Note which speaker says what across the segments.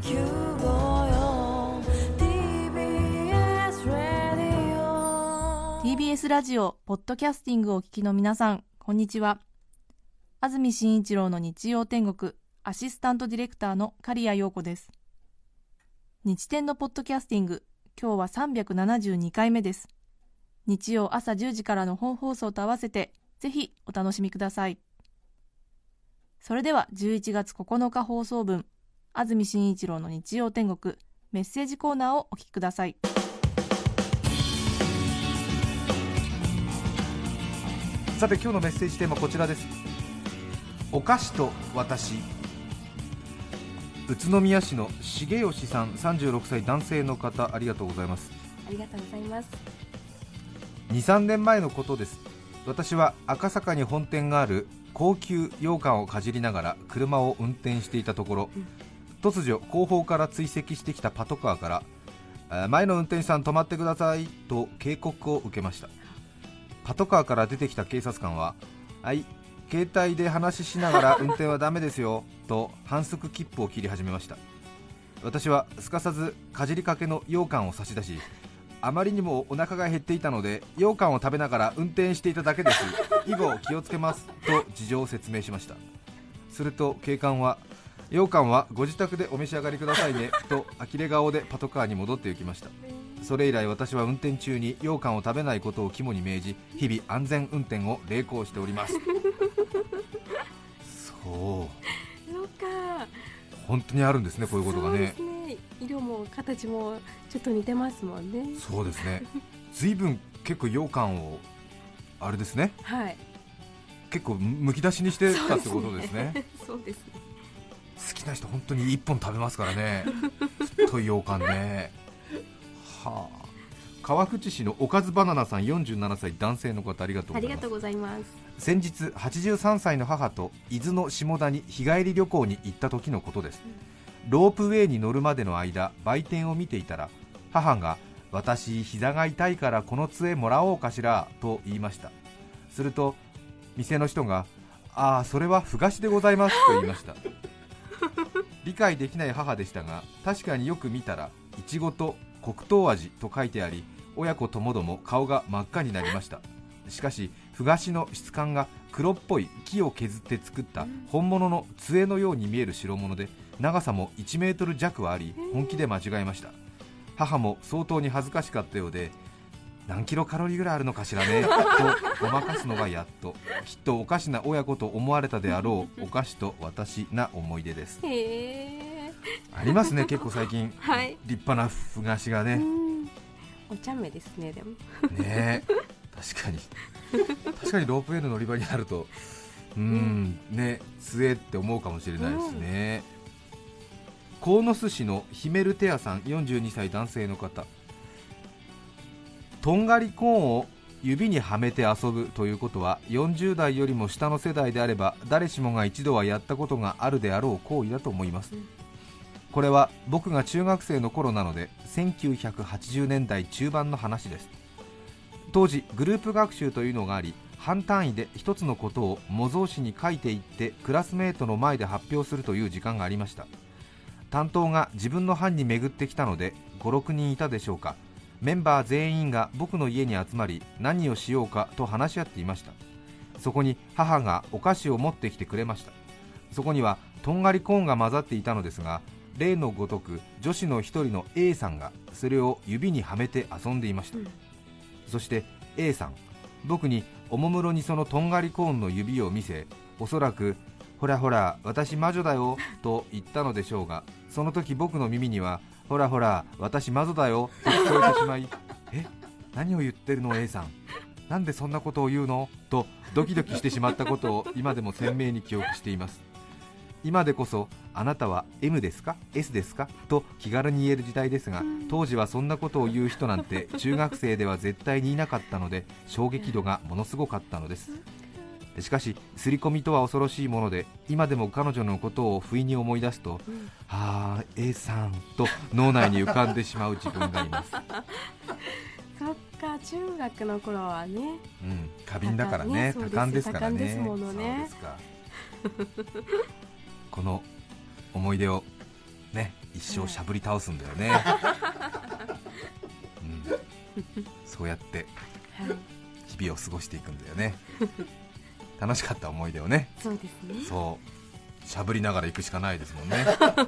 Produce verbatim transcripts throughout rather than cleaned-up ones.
Speaker 1: きゅうごよ ティービーエス ラジオ ティービーエス ラジオポッドキャスティングをお聞きの皆さん、こんにちは。安住紳一郎の日曜天国アシスタントディレクターの刈谷陽子です。日天のポッドキャスティング、今日はさんびゃくななじゅうにかいめです。日曜朝じゅうじからの本放送と合わせてぜひお楽しみください。それではじゅういちがつここのか放送分、安住紳一郎の日曜天国メッセージコーナーをお聞きください。
Speaker 2: さて、今日のメッセージテーマはこちらです。お菓子と私。宇都宮市の重吉さん、さんじゅうろくさい男性の方、ありがとうございます。
Speaker 3: ありがとうございます。
Speaker 2: にさんねんまえのことです。私は赤坂に本店がある高級羊羹をかじりながら車を運転していたところ、うん、突如後方から追跡してきたパトカーから前の運転手さん止まってくださいと警告を受けました。パトカーから出てきた警察官は、はい、携帯で話ししながら運転はダメですよと反則切符を切り始めました。私はすかさずかじりかけの羊羹を差し出し、あまりにもお腹が減っていたので羊羹を食べながら運転していただけです、以後気をつけますと事情を説明しました。すると警官は、羊羹はご自宅でお召し上がりくださいねと呆れ顔でパトカーに戻って行きました。それ以来私は運転中に羊羹を食べないことを肝に銘じ、日々安全運転を励行しておりますそう
Speaker 3: そうか、
Speaker 2: 本当にあるんですね、こういうことがね。
Speaker 3: そうですね、色も形もちょっと似てますもんね。
Speaker 2: そうですね、随分結構羊羹をあれですね、
Speaker 3: はい、
Speaker 2: 結構むき出しにしてたってことですね。
Speaker 3: そうですね、
Speaker 2: 好きな人本当にいっぽん食べますからね太い羊羹ねはあ、川口市のおかずバナナさん、よんじゅうななさい男性の方、ありがとうございます。
Speaker 3: ありがとうございます。
Speaker 2: 先日はちじゅうさんさいの母と伊豆の下田に日帰り旅行に行った時のことです。ロープウェイに乗るまでの間、売店を見ていたら母が、私膝が痛いからこの杖もらおうかしらと言いました。すると店の人が、ああそれはふ菓子でございますと言いました理解できない母でしたが、確かによく見たらいちごと黒糖味と書いてあり、親子ともども顔が真っ赤になりました。しかしふ菓子の質感が黒っぽい木を削って作った本物の杖のように見える代物で、長さもいちメートル弱はあり、本気で間違えました。母も相当に恥ずかしかったようで、何キロカロリーぐらいあるのかしらねとごまかすのがやっと、きっとおかしな親子と思われたであろうお菓子と私な思い出です。
Speaker 3: へー、
Speaker 2: ありますね、結構最近、
Speaker 3: はい、
Speaker 2: 立派なふ菓子がね。
Speaker 3: お茶目ですね、でも
Speaker 2: ね、確かに確かにロープウェイの乗り場にあると、うーん、ね、杖って思うかもしれないですね。鴻巣市のヒメルテアさん、よんじゅうにさい男性の方、とんがりコーンを指にはめて遊ぶということは、よんじゅうだいよりも下の世代であれば誰しもが一度はやったことがあるであろう行為だと思います。これは僕が中学生の頃なのでせんきゅうひゃくはちじゅうねんだい中盤の話です。当時グループ学習というのがあり、半単位で一つのことを模造紙に書いていってクラスメートの前で発表するという時間がありました。担当が自分の班に巡ってきたのでご、ろくにんいたでしょうか。メンバー全員が僕の家に集まり、何をしようかと話し合っていました。そこに母がお菓子を持ってきてくれました。そこにはとんがりコーンが混ざっていたのですが、例のごとく女子の一人の A さんがそれを指にはめて遊んでいました。うん、そして A さん、僕におもむろにそのとんがりコーンの指を見せ、おそらくほらほら私魔女だよと言ったのでしょうが、その時僕の耳にはほらほら私魔女だよと聞こえてしまいえ、何を言ってるの A さん、なんでそんなことを言うのとドキドキしてしまったことを今でも鮮明に記憶しています。今でこそあなたは エム ですか エス ですかと気軽に言える時代ですが、当時はそんなことを言う人なんて中学生では絶対にいなかったので、衝撃度がものすごかったのです。しかし刷り込みとは恐ろしいもので、今でも彼女のことを不意に思い出すと、うん、ああ A さんと脳内に浮かんでしまう自分がいますそっ
Speaker 3: か、中学の頃はね、
Speaker 2: うん、過敏だからね、多感ですからね。
Speaker 3: 多感ですものね。
Speaker 2: そうですかこの思い出をね、一生しゃぶり倒すんだよね、うん、そうやって日々を過ごしていくんだよね。楽しかった思い出をね。
Speaker 3: そうですね。
Speaker 2: そうしゃぶりながら行くしかないですもんね。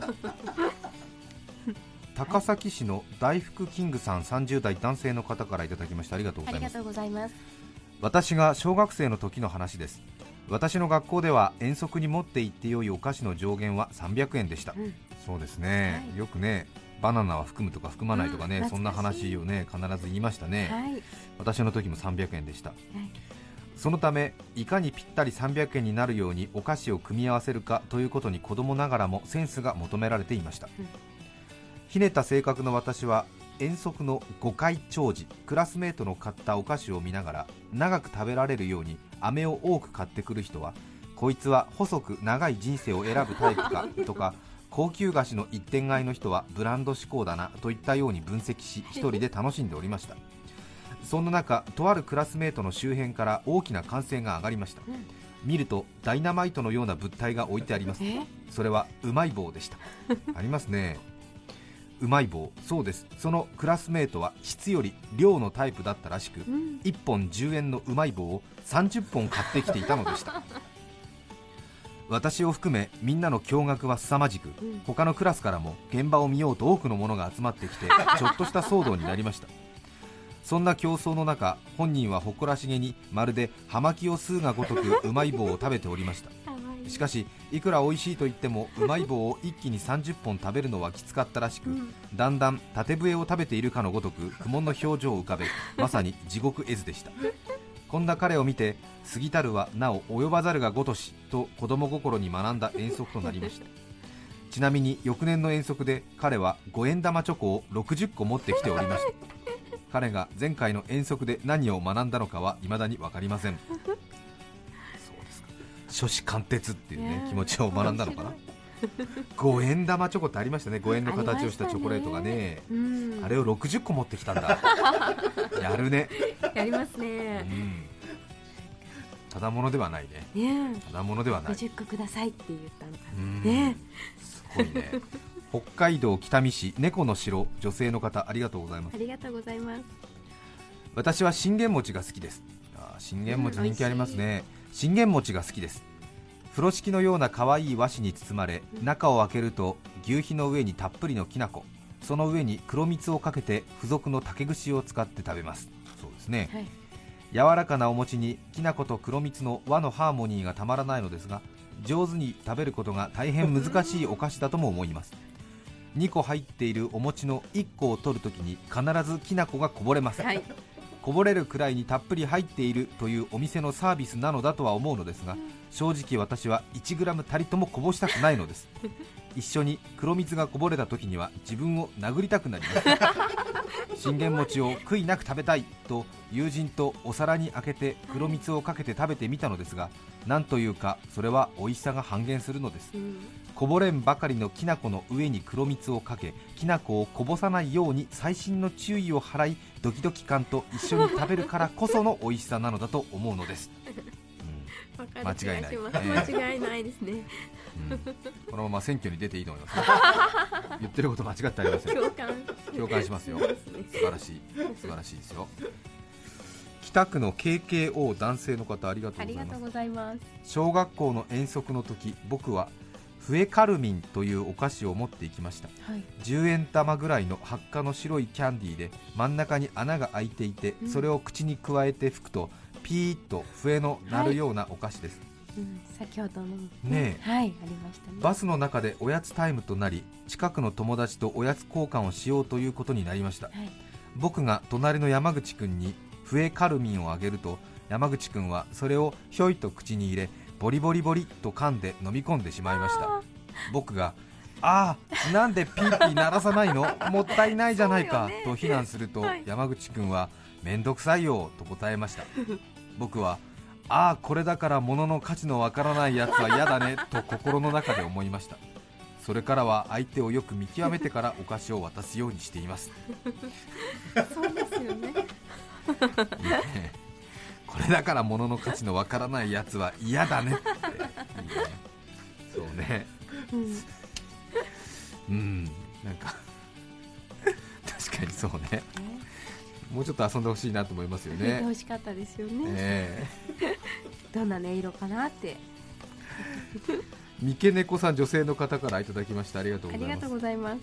Speaker 2: 高崎市の大福キングさん、さんじゅう代男性の方からいただきました。ありがとうございます。
Speaker 3: ありがとうございます。
Speaker 2: 私が小学生の時の話です。私の学校では遠足に持って行ってよいお菓子の上限はさんびゃくえんでした、うん、そうですね、はい、よくねバナナは含むとか含まないとかね、うん、そんな話をね必ず言いましたね、はい、私の時もさんびゃくえんでした、はい、そのためいかにぴったりさんびゃくえんになるようにお菓子を組み合わせるかということに子供ながらもセンスが求められていました、うん、ひねった性格の私は遠足のごかい長寿、クラスメートの買ったお菓子を見ながら長く食べられるように飴を多く買ってくる人はこいつは細く長い人生を選ぶタイプかとか高級菓子の一点買いの人はブランド志向だなといったように分析し一人で楽しんでおりました。そんな中、とあるクラスメートの周辺から大きな歓声が上がりました、うん、見るとダイナマイトのような物体が置いてあります。それはうまい棒でした。ありますね、うまい棒。そうです、そのクラスメートは質より量のタイプだったらしく、うん、いっぽんじゅうえんのうまい棒をさんじゅっぽん買ってきていたのでした。私を含めみんなの驚愕は凄まじく、うん、他のクラスからも現場を見ようと多くの者が集まってきてちょっとした騒動になりました。そんな競争の中、本人は誇らしげにまるで葉巻を吸うがごとくうまい棒を食べておりました。しかしいくら美味しいと言ってもうまい棒を一気にさんじゅっぽん食べるのはきつかったらしく、うん、だんだん縦笛を食べているかのごとく苦悶の表情を浮かべ、まさに地獄絵図でした。こんな彼を見て過ぎたるはなお及ばざるがごとしと子供心に学んだ遠足となりました。ちなみに翌年の遠足で彼はごえん玉チョコをろくじゅっこ持ってきておりました。彼が前回の遠足で何を学んだのかは未だに分かりません。そうですか、初志貫徹っていうね気持ちを学んだのかな。ごえん玉チョコってありましたね。ごえんの形をしたチョコレートが ね, あ, ね、うん、あれをろくじゅっこ持ってきたんだ。やるね、
Speaker 3: やりますね、
Speaker 2: うん、ただものではないね、ね、ただものではない。
Speaker 3: ろくじゅっこくださいって言ったのかな、
Speaker 2: うん
Speaker 3: ね、
Speaker 2: すごいね。北海道北見市猫の城、女性の方、ありがとうございます。
Speaker 3: ありがとうございます。
Speaker 2: 私は信玄餅が好きです。あ、信玄餅人気ありますね、うん、信玄餅が好きです。風呂敷のような可愛い和紙に包まれ、中を開けると牛皮の上にたっぷりのきな粉、その上に黒蜜をかけて付属の竹串を使って食べます。そうですね、はい、柔らかなお餅にきな粉と黒蜜の和のハーモニーがたまらないのですが、上手に食べることが大変難しいお菓子だとも思います。にこ入っているお餅のいっこを取るときに必ずきな粉がこぼれます、はい、こぼれるくらいにたっぷり入っているというお店のサービスなのだとは思うのですが、正直私はいちグラムたりともこぼしたくないのです。一緒に黒蜜がこぼれた時には自分を殴りたくなります。信玄餅を悔いなく食べたいと友人とお皿に開けて黒蜜をかけて食べてみたのですが、なんというかそれは美味しさが半減するのです、うん、こぼれんばかりのきな粉の上に黒蜜をかけ、きな粉をこぼさないように細心の注意を払い、ドキドキ感と一緒に食べるからこその美味しさなのだと思うのです、うん、間違いない、
Speaker 3: 間違いないですね、
Speaker 2: うん、このまま選挙に出ていいと思います、ね、言ってること間違ってありません。
Speaker 3: 共感
Speaker 2: 共感しますよ。素晴らしい素晴らしいですよ。北区の ケーケーオー 男性の方、ありがとうございます。
Speaker 3: ありがとうございます。
Speaker 2: 小学校の遠足の時、僕はフエカルミンというお菓子を持っていきました、はい、じゅうえん玉ぐらいの発火の白いキャンディーで真ん中に穴が開いていて、うん、それを口に加えて吹くとピーッと笛の鳴るようなお菓子です、
Speaker 3: はい、うん、先ほどの
Speaker 2: ねえ、
Speaker 3: はい、ありましたね。
Speaker 2: バスの中でおやつタイムとなり、近くの友達とおやつ交換をしようということになりました、はい、僕が隣の山口くんにフエカルミンをあげると、山口くんはそれをひょいと口に入れ、ボリボリボリと噛んで飲み込んでしまいました。僕がああ、なんでピーピー鳴らさないの、もったいないじゃないか、ね、と非難すると、はい、山口くんはめんどくさいよと答えました。僕はああ、これだから物の価値のわからないやつは嫌だねと心の中で思いました。それからは相手をよく見極めてからお菓子を渡すようにしています。
Speaker 3: そうですよね。
Speaker 2: いいね、これだから物の価値のわからないやつは嫌だねっていいね。そうね、うん、 うんなんか確かにそうね、もうちょっと遊んでほしいなと思いますよね。
Speaker 3: 楽しかったですよね、
Speaker 2: え
Speaker 3: どんな音色かなって。
Speaker 2: ー、三毛猫さん、女性の方からいただきました。ありがとうございます。
Speaker 3: ありがとうございます。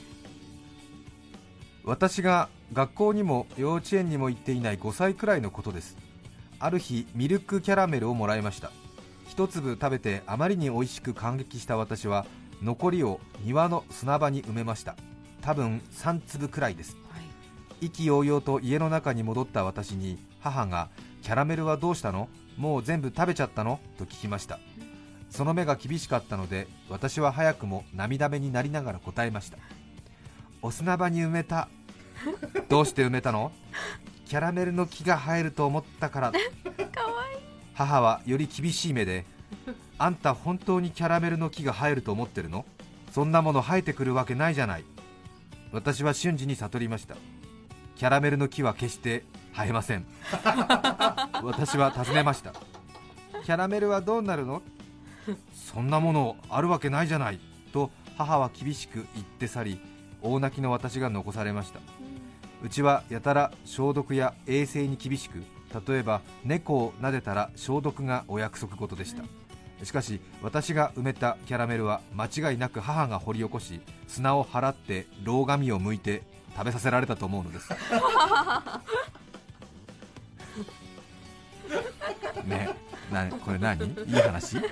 Speaker 2: 私が学校にも幼稚園にも行っていないごさいくらいのことです。ある日ミルクキャラメルをもらいました。一粒食べてあまりに美味しく感激した私は残りを庭の砂場に埋めました。多分さん粒くらいです。意気揚々と家の中に戻った私に母が、キャラメルはどうしたの？もう全部食べちゃったの？と聞きました。その目が厳しかったので私は早くも涙目になりながら答えました。お砂場に埋めた。どうして埋めたの？キャラメルの木が生えると思ったから。
Speaker 3: かわいい。
Speaker 2: 母はより厳しい目で、あんた本当にキャラメルの木が生えると思ってるの？そんなもの生えてくるわけないじゃない。私は瞬時に悟りました。キャラメルの木は決して生えません。私は尋ねました。キャラメルはどうなるの？そんなものあるわけないじゃないと母は厳しく言って去り、大泣きの私が残されました。うちはやたら消毒や衛生に厳しく、例えば猫を撫でたら消毒がお約束事でした。しかし私が埋めたキャラメルは間違いなく母が掘り起こし、砂を払って老髪を剥いて食べさせられたと思うのです。ね、なこれ何？いい話？そう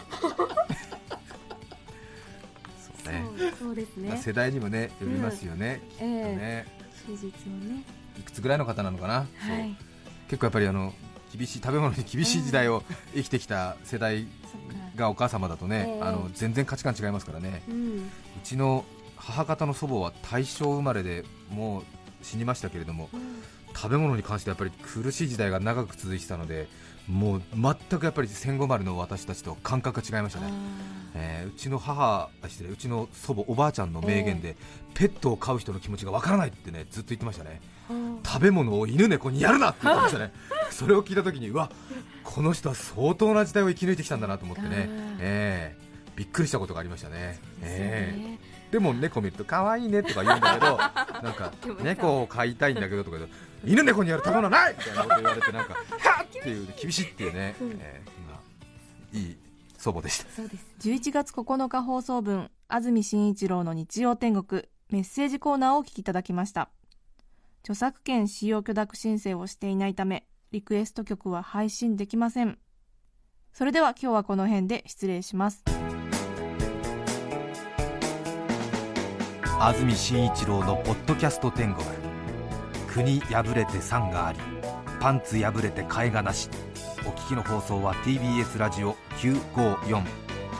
Speaker 2: ね。
Speaker 3: そう、そうですね。
Speaker 2: 世代にもね呼びますよね。
Speaker 3: うん、
Speaker 2: きっとね。
Speaker 3: 史実をね。
Speaker 2: いくつぐらいの方なのかな。
Speaker 3: はい。
Speaker 2: 結構やっぱりあの厳しい食べ物に厳しい時代を生きてきた世代がお母様だとね、
Speaker 3: えー、
Speaker 2: あの全然価値観違いますからね。
Speaker 3: うん、う
Speaker 2: ちの母方の祖母は大正生まれでもう死にましたけれども、うん、食べ物に関してやっぱり苦しい時代が長く続いてたので、もう全くやっぱり戦後生まれの私たちと感覚が違いましたね。えー、うちの母失礼うちの祖母おばあちゃんの名言で、えー、ペットを飼う人の気持ちがわからないってねずっと言ってましたね。食べ物を犬猫にやるなって言ってましたね。それを聞いた時に、うわこの人は相当な時代を生き抜いてきたんだなと思ってね、えー、びっくりしたことがありましたね。
Speaker 3: で、ね
Speaker 2: えー、でも猫見ると可愛いねとか言うんだけどなんか猫を飼いたいんだけどとか言うと犬猫にやる食べ物ないみたいなこと言われて、なんかはっっていう厳しいっていうね、えー、いい祖母でした。
Speaker 3: そうです。
Speaker 1: じゅういちがつここのか放送分、安住紳一郎の日曜天国メッセージコーナーをお聞きいただきました。著作権使用許諾申請をしていないためリクエスト曲は配信できません。それでは今日はこの辺で失礼します。
Speaker 2: 安住紳一郎のポッドキャスト天国。国破れて山があり、パンツ破れて替えがなし。お聞きの放送は ティービーエス ラジオきゅうごよん。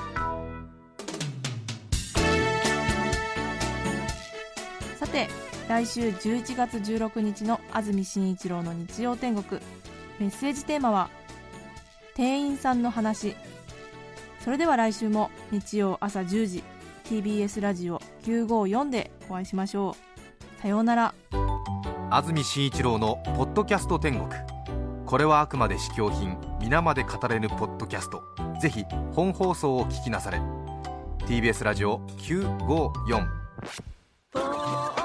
Speaker 1: さて来週じゅういちがつじゅうろくにちの安住紳一郎の日曜天国、メッセージテーマは店員さんの話。それでは来週も日曜朝じゅうじ ティービーエス ラジオきゅうごよんでお会いしましょう。さようなら。
Speaker 2: 安住紳一郎のポッドキャスト天国。これはあくまで試供品、皆まで語れぬポッドキャスト。ぜひ本放送を聞きなされ。 ティービーエス ラジオきゅうごよん。